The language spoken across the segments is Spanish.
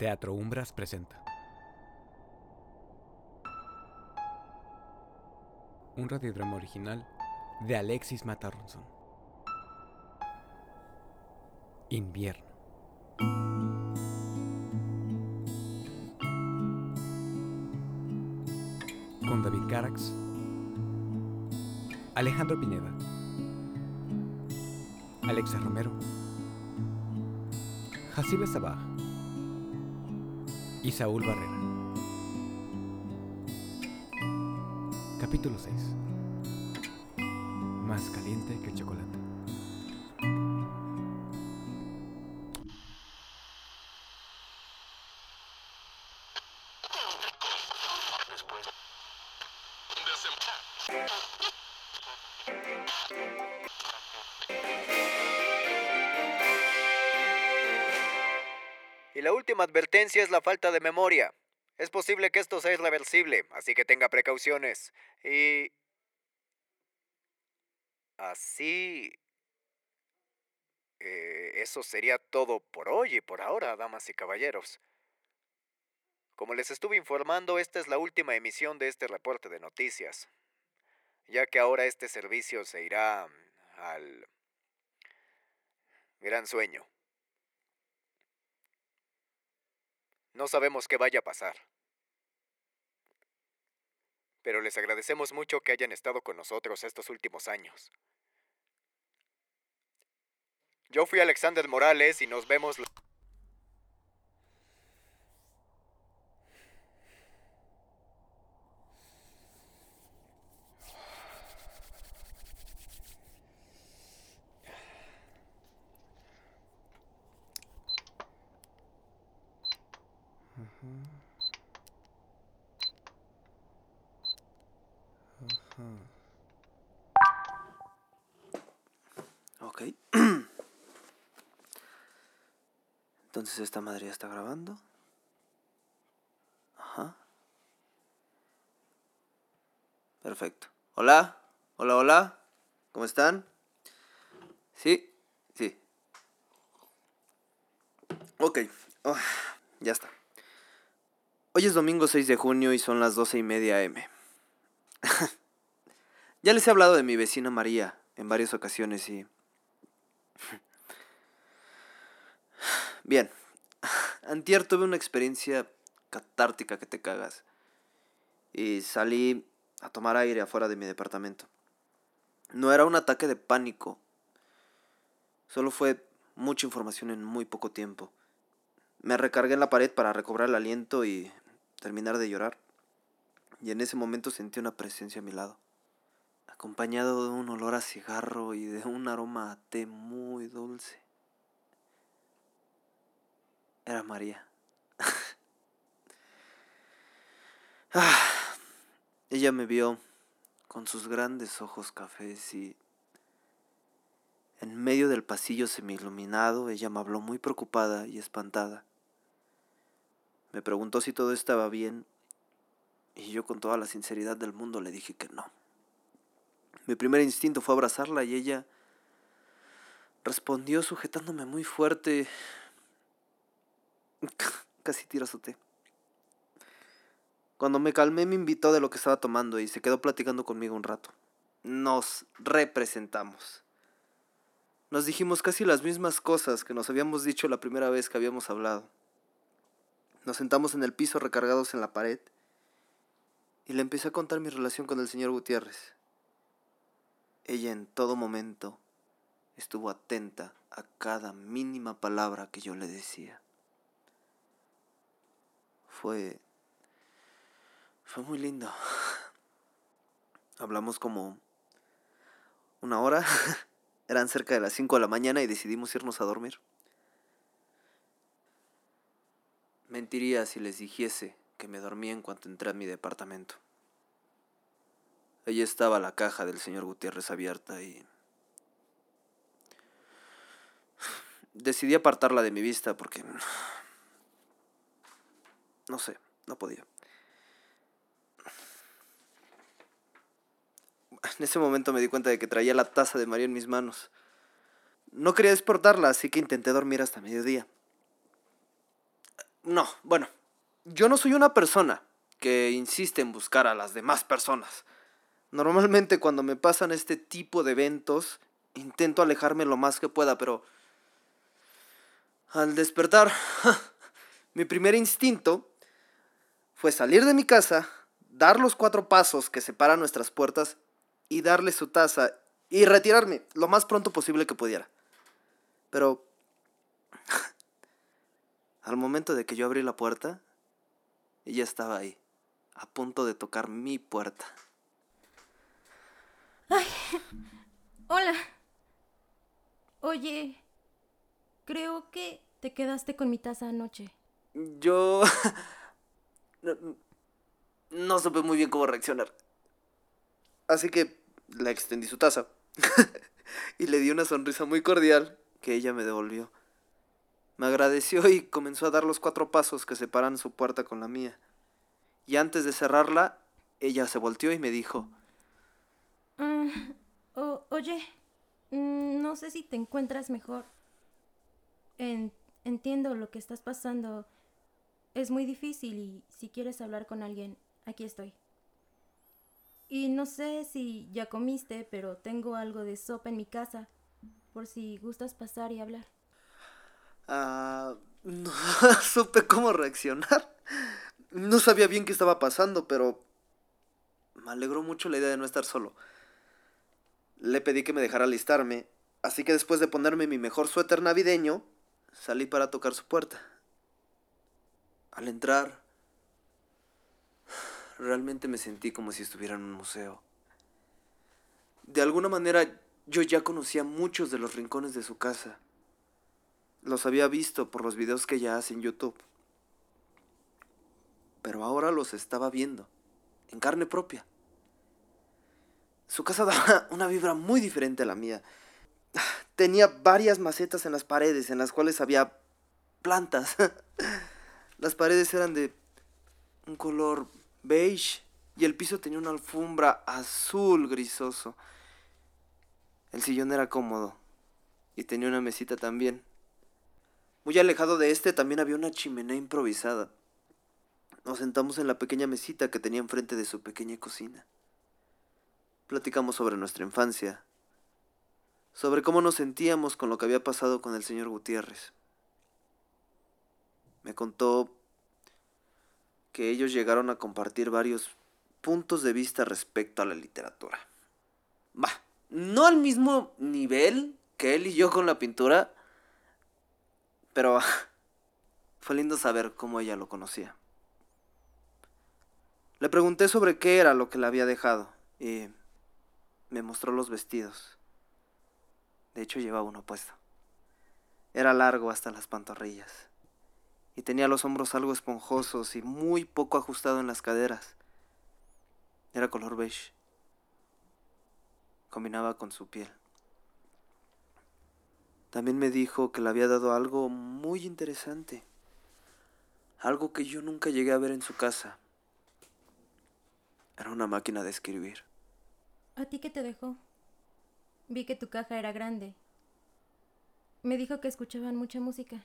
Teatro Umbras presenta un radiodrama original de Alexis Matarronson. Invierno. Con David Carax, Alejandro Pineda, Alexa Romero, Jacibe Sabah y Saúl Barrera. Capítulo 6. Más caliente que el chocolate. Y la última advertencia es la falta de memoria. Es posible que esto sea irreversible, así que tenga precauciones. Y... así... eso sería todo por hoy y por ahora, damas y caballeros. Como les estuve informando, esta es la última emisión de este reporte de noticias, ya que ahora este servicio se irá al gran sueño. No sabemos qué vaya a pasar, pero les agradecemos mucho que hayan estado con nosotros estos últimos años. Yo fui Alexander Morales y nos vemos... Ok. Entonces esta madre ya está grabando. Ajá. Perfecto. Hola. Hola, hola. ¿Cómo están? Sí. Sí. Ok. Oh, ya está. Hoy es domingo 6 de junio y son las 12:30 AM. Ya les he hablado de mi vecina María en varias ocasiones y... Bien. Antier tuve una experiencia catártica que te cagas. Y salí a tomar aire afuera de mi departamento. No era un ataque de pánico. Solo fue mucha información en muy poco tiempo. Me recargué en la pared para recobrar el aliento y terminar de llorar. Y en ese momento sentí una presencia a mi lado, acompañado de un olor a cigarro y de un aroma a té muy dulce. Era María. Ella me vio con sus grandes ojos cafés y en medio del pasillo semi-iluminado ella me habló muy preocupada y espantada. Me preguntó si todo estaba bien y yo con toda la sinceridad del mundo le dije que no. Mi primer instinto fue abrazarla y ella respondió sujetándome muy fuerte. Casi tiro su té. Cuando me calmé me invitó de lo que estaba tomando y se quedó platicando conmigo un rato. Nos representamos. Nos dijimos casi las mismas cosas que nos habíamos dicho la primera vez que habíamos hablado. Nos sentamos en el piso recargados en la pared y le empecé a contar mi relación con el señor Gutiérrez. Ella en todo momento estuvo atenta a cada mínima palabra que yo le decía. Fue muy lindo. Hablamos como una hora. Eran cerca de las 5 de la mañana y decidimos irnos a dormir. Mentiría si les dijese que me dormí en cuanto entré a mi departamento. Allí estaba la caja del señor Gutiérrez abierta y... decidí apartarla de mi vista porque... no sé, no podía. En ese momento me di cuenta de que traía la taza de María en mis manos. No quería despertarla, así que intenté dormir hasta mediodía. No, bueno, yo no soy una persona que insiste en buscar a las demás personas. Normalmente cuando me pasan este tipo de eventos, intento alejarme lo más que pueda, pero al despertar, mi primer instinto fue salir de mi casa, dar los 4 pasos que separan nuestras puertas y darle su taza y retirarme lo más pronto posible que pudiera. Pero al momento de que yo abrí la puerta, ella estaba ahí, a punto de tocar mi puerta. Ay, hola. Oye, creo que te quedaste con mi taza anoche. Yo no, no supe muy bien cómo reaccionar. Así que le extendí su taza y le di una sonrisa muy cordial que ella me devolvió. Me agradeció y comenzó a dar los 4 pasos que separan su puerta con la mía. Y antes de cerrarla, ella se volteó y me dijo: Ah, oye, no sé si te encuentras mejor. Entiendo lo que estás pasando. Es muy difícil y si quieres hablar con alguien, aquí estoy. Y no sé si ya comiste, pero tengo algo de sopa en mi casa, por si gustas pasar y hablar. No supe cómo reaccionar. No sabía bien qué estaba pasando, pero me alegró mucho la idea de no estar solo. Le pedí que me dejara alistarme, así que después de ponerme mi mejor suéter navideño, salí para tocar su puerta. Al entrar, realmente me sentí como si estuviera en un museo. De alguna manera, yo ya conocía muchos de los rincones de su casa. Los había visto por los videos que ella hace en YouTube. Pero ahora los estaba viendo, en carne propia. Su casa daba una vibra muy diferente a la mía. Tenía varias macetas en las paredes en las cuales había plantas. Las paredes eran de un color beige y el piso tenía una alfombra azul grisoso. El sillón era cómodo y tenía una mesita también. Muy alejado de este también había una chimenea improvisada. Nos sentamos en la pequeña mesita que tenía enfrente de su pequeña cocina. Platicamos sobre nuestra infancia, sobre cómo nos sentíamos con lo que había pasado con el señor Gutiérrez. Me contó que ellos llegaron a compartir varios puntos de vista respecto a la literatura. No al mismo nivel que él y yo con la pintura, pero fue lindo saber cómo ella lo conocía. Le pregunté sobre qué era lo que le había dejado y me mostró los vestidos. De hecho, llevaba uno puesto. Era largo hasta las pantorrillas y tenía los hombros algo esponjosos y muy poco ajustado en las caderas. Era color beige. Combinaba con su piel. También me dijo que le había dado algo muy interesante. Algo que yo nunca llegué a ver en su casa. Era una máquina de escribir. ¿A ti qué te dejó? Vi que tu caja era grande. Me dijo que escuchaban mucha música.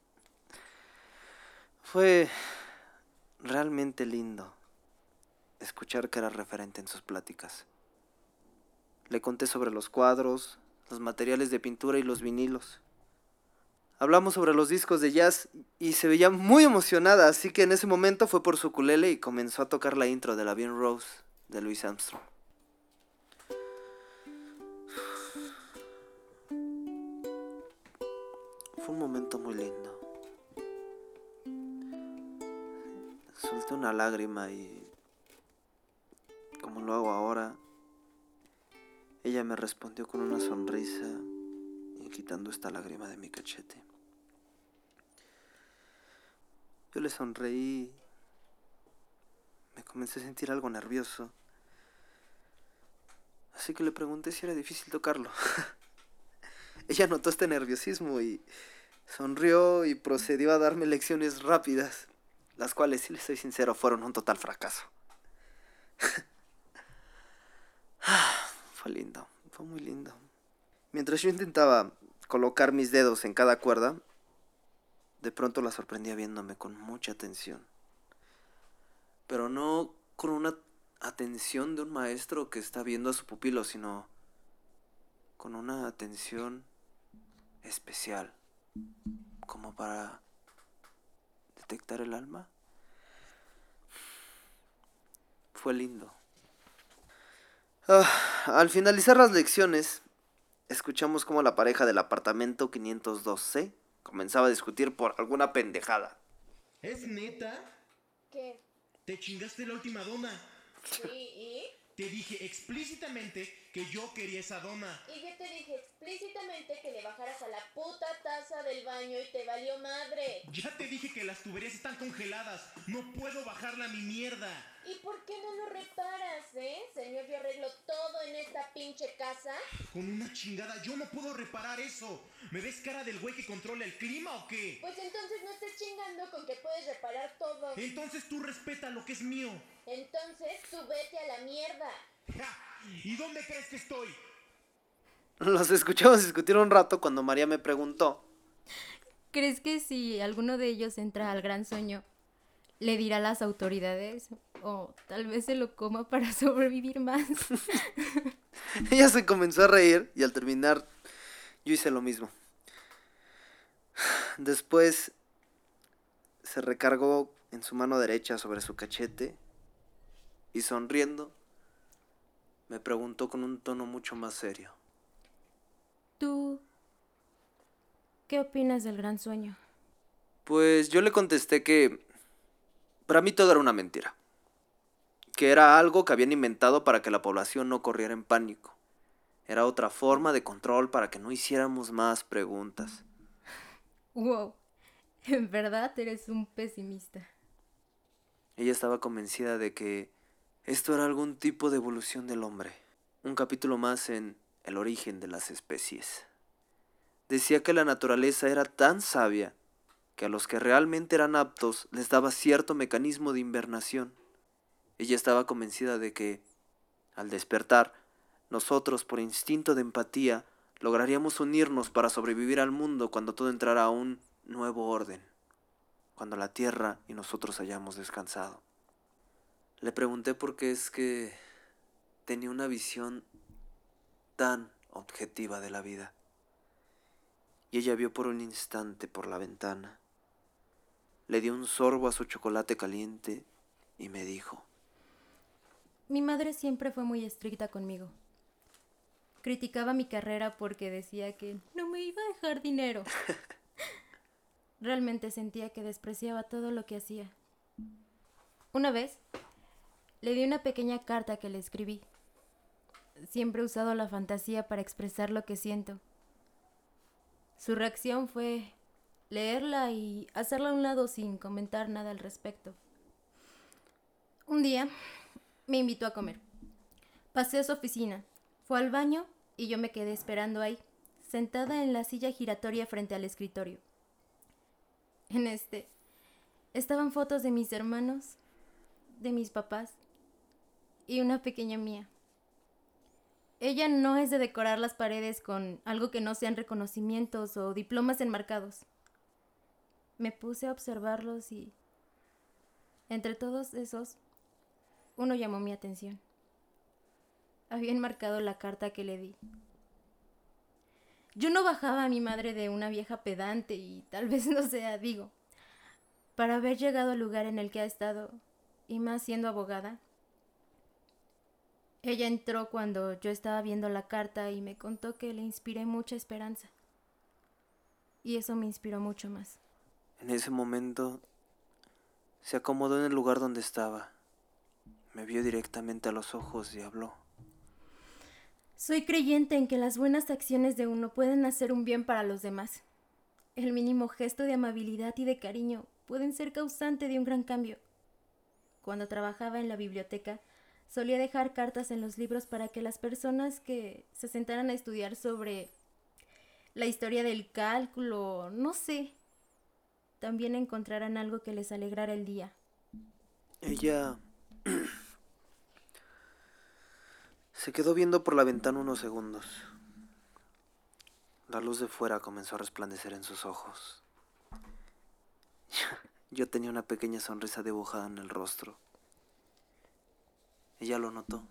Fue realmente lindo escuchar que era referente en sus pláticas. Le conté sobre los cuadros, los materiales de pintura y los vinilos. Hablamos sobre los discos de jazz y se veía muy emocionada, así que en ese momento fue por su ukulele y comenzó a tocar la intro de la Bien Rose de Louis Armstrong. Fue un momento muy lindo. Solté una lágrima y, como lo hago ahora, ella me respondió con una sonrisa y quitando esta lágrima de mi cachete. Yo le sonreí, me comencé a sentir algo nervioso, así que le pregunté si era difícil tocarlo. Ella notó este nerviosismo y sonrió y procedió a darme lecciones rápidas, las cuales, si les soy sincero, fueron un total fracaso. Fue lindo, fue muy lindo. Mientras yo intentaba colocar mis dedos en cada cuerda, De pronto la sorprendía viéndome con mucha atención. Pero no con una atención de un maestro que está viendo a su pupilo, sino con una atención especial, como para detectar el alma. Fue lindo. Al finalizar las lecciones, escuchamos cómo la pareja del apartamento 502C comenzaba a discutir por alguna pendejada. ¿Es neta? ¿Qué? Te chingaste la última dona. Sí, ¿y? Te dije explícitamente que yo quería esa dona. Y yo te dije explícitamente que le bajaras a la puta taza del baño y te valió madre. Ya te dije que las tuberías están congeladas. No puedo bajarla a mi mierda. ¿Y por qué no lo reparas, Señor, yo arreglo todo en esta pinche casa. Con una chingada yo no puedo reparar eso. ¿Me ves cara del güey que controla el clima o qué? Pues entonces no estés chingando con que puedes reparar todo. Entonces tú respeta lo que es mío. Entonces tú vete a la mierda. ¡Ja! ¿Y dónde crees que estoy? Los escuchamos discutir un rato cuando María me preguntó: ¿Crees que si alguno de ellos entra al gran sueño, le dirá a las autoridades? O tal vez se lo coma para sobrevivir más. Ella se comenzó a reír y al terminar yo hice lo mismo. Después se recargó en su mano derecha sobre su cachete y sonriendo me preguntó con un tono mucho más serio: ¿Tú qué opinas del gran sueño? Pues yo le contesté que para mí todo era una mentira, que era algo que habían inventado para que la población no corriera en pánico. Era otra forma de control para que no hiciéramos más preguntas. Wow, en verdad eres un pesimista. Ella estaba convencida de que esto era algún tipo de evolución del hombre, un capítulo más en el origen de las especies. Decía que la naturaleza era tan sabia que a los que realmente eran aptos les daba cierto mecanismo de invernación. Ella estaba convencida de que, al despertar, nosotros, por instinto de empatía, lograríamos unirnos para sobrevivir al mundo cuando todo entrara a un nuevo orden, cuando la tierra y nosotros hayamos descansado. Le pregunté por qué es que tenía una visión tan objetiva de la vida. Y ella vio por un instante por la ventana, le dio un sorbo a su chocolate caliente y me dijo: Mi madre siempre fue muy estricta conmigo. Criticaba mi carrera porque decía que no me iba a dejar dinero. Realmente sentía que despreciaba todo lo que hacía. Una vez, le di una pequeña carta que le escribí. Siempre he usado la fantasía para expresar lo que siento. Su reacción fue leerla y hacerla a un lado sin comentar nada al respecto. Un día me invitó a comer. Pasé a su oficina, fue al baño y yo me quedé esperando ahí, sentada en la silla giratoria frente al escritorio. En estaban fotos de mis hermanos, de mis papás y una pequeña mía. Ella no es de decorar las paredes con algo que no sean reconocimientos o diplomas enmarcados. Me puse a observarlos y, entre todos esos, uno llamó mi atención. Había enmarcado la carta que le di. Yo no bajaba a mi madre de una vieja pedante y tal vez no sea, digo, para haber llegado al lugar en el que ha estado, y más siendo abogada. Ella entró cuando yo estaba viendo la carta y me contó que le inspiré mucha esperanza. Y eso me inspiró mucho más. En ese momento se acomodó en el lugar donde estaba. Me vio directamente a los ojos y habló. Soy creyente en que las buenas acciones de uno pueden hacer un bien para los demás. El mínimo gesto de amabilidad y de cariño pueden ser causante de un gran cambio. Cuando trabajaba en la biblioteca, solía dejar cartas en los libros para que las personas que se sentaran a estudiar sobre la historia del cálculo, no sé, también encontraran algo que les alegrara el día. Ella se quedó viendo por la ventana unos segundos. La luz de fuera comenzó a resplandecer en sus ojos. Yo tenía una pequeña sonrisa dibujada en el rostro. Ella lo notó.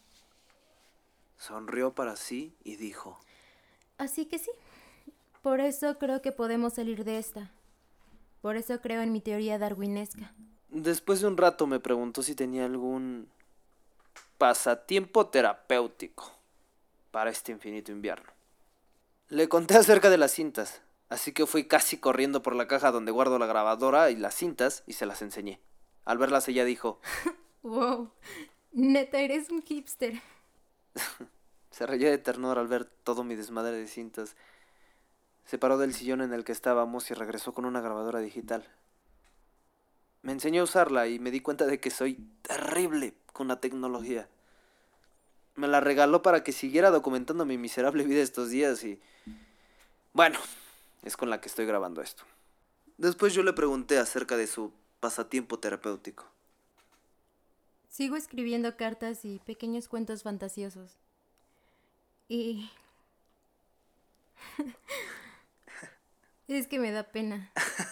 Sonrió para sí y dijo: Así que sí, por eso creo que podemos salir de esta. Por eso creo en mi teoría darwinesca. Después de un rato me preguntó si tenía algún pasatiempo terapéutico para este infinito invierno. Le conté acerca de las cintas, así que fui casi corriendo por la caja donde guardo la grabadora y las cintas y se las enseñé. Al verlas ella dijo: ¡Wow! Neta, eres un hipster. Se reía de ternura al ver todo mi desmadre de cintas. Se paró del sillón en el que estábamos y regresó con una grabadora digital. Me enseñó a usarla y me di cuenta de que soy terrible con la tecnología. Me la regaló para que siguiera documentando mi miserable vida estos días y... bueno, es con la que estoy grabando esto. Después yo le pregunté acerca de su pasatiempo terapéutico. Sigo escribiendo cartas y pequeños cuentos fantasiosos. Y... es que me da pena.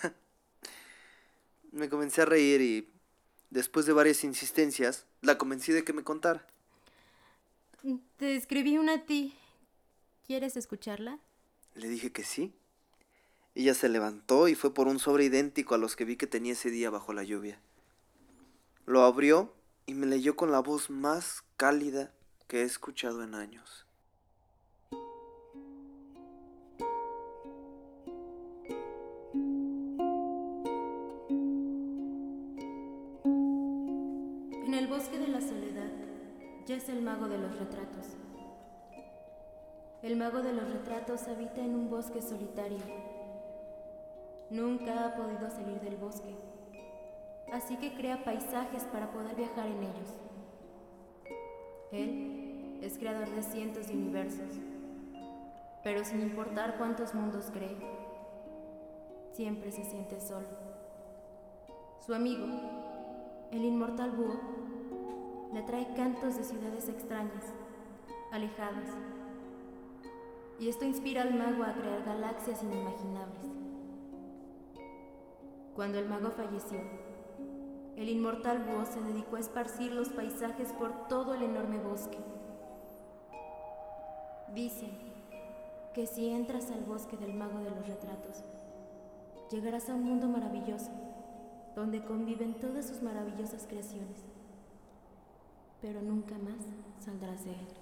Me comencé a reír y, después de varias insistencias, la convencí de que me contara. Te escribí una a ti. ¿Quieres escucharla? Le dije que sí. Ella se levantó y fue por un sobre idéntico a los que vi que tenía ese día bajo la lluvia. Lo abrió y me leyó con la voz más cálida que he escuchado en años. En el bosque de la soledad yace el mago de los retratos. El mago de los retratos habita en un bosque solitario. Nunca ha podido salir del bosque, así que crea paisajes para poder viajar en ellos. Él es creador de cientos de universos, pero sin importar cuántos mundos cree, siempre se siente solo. Su amigo, el inmortal búho, le trae cantos de ciudades extrañas, alejadas, y esto inspira al mago a crear galaxias inimaginables. Cuando el mago falleció, el inmortal búho se dedicó a esparcir los paisajes por todo el enorme bosque. Dicen que si entras al bosque del mago de los retratos, llegarás a un mundo maravilloso, donde conviven todas sus maravillosas creaciones, pero nunca más saldrás de él.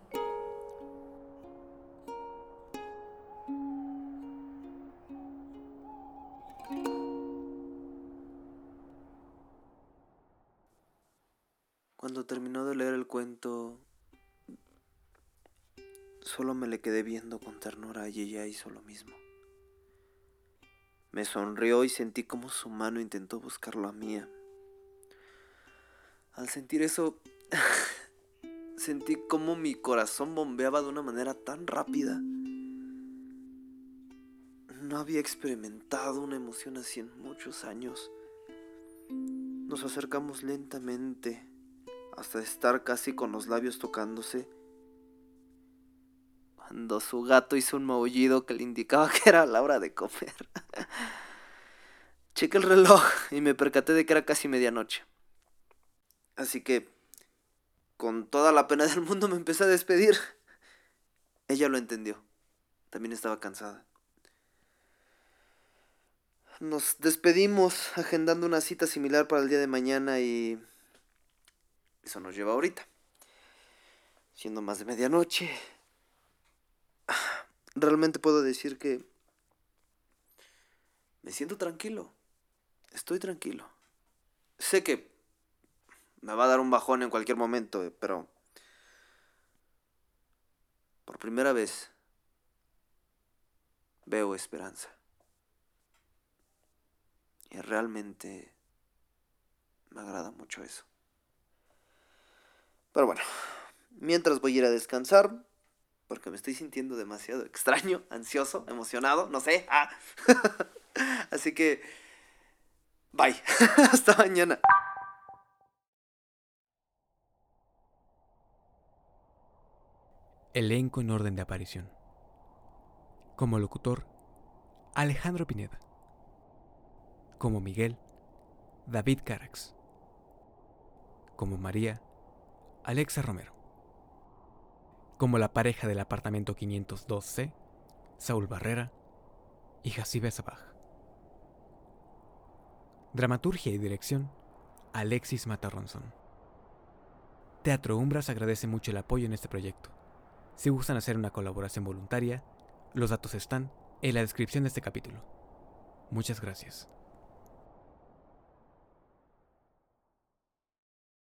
Cuando terminó de leer el cuento, solo me le quedé viendo con ternura y ella hizo lo mismo. Me sonrió y sentí como su mano intentó buscar la mía. Al sentir eso, sentí como mi corazón bombeaba de una manera tan rápida. No había experimentado una emoción así en muchos años. Nos acercamos lentamente hasta estar casi con los labios tocándose, cuando su gato hizo un maullido que le indicaba que era la hora de comer. Chequé el reloj y me percaté de que era casi medianoche. Así que, con toda la pena del mundo, me empecé a despedir. Ella lo entendió. También estaba cansada. Nos despedimos agendando una cita similar para el día de mañana y... eso nos lleva ahorita. Siendo más de medianoche. Realmente puedo decir que... me siento tranquilo. Estoy tranquilo. Sé que me va a dar un bajón en cualquier momento, pero... por primera vez veo esperanza. Y realmente me agrada mucho eso. Pero bueno, mientras voy a ir a descansar, porque me estoy sintiendo demasiado extraño, ansioso, emocionado, no sé. Así que, bye. Hasta mañana. Elenco en orden de aparición. Como locutor, Alejandro Pineda. Como Miguel, David Carax. Como María, Alexa Romero. Como la pareja del apartamento 502C, Saúl Barrera y Jacibe Sabaj. Dramaturgia y dirección, Alexis Matarronson. Teatro Umbras agradece mucho el apoyo en este proyecto. Si gustan hacer una colaboración voluntaria, los datos están en la descripción de este capítulo. Muchas gracias.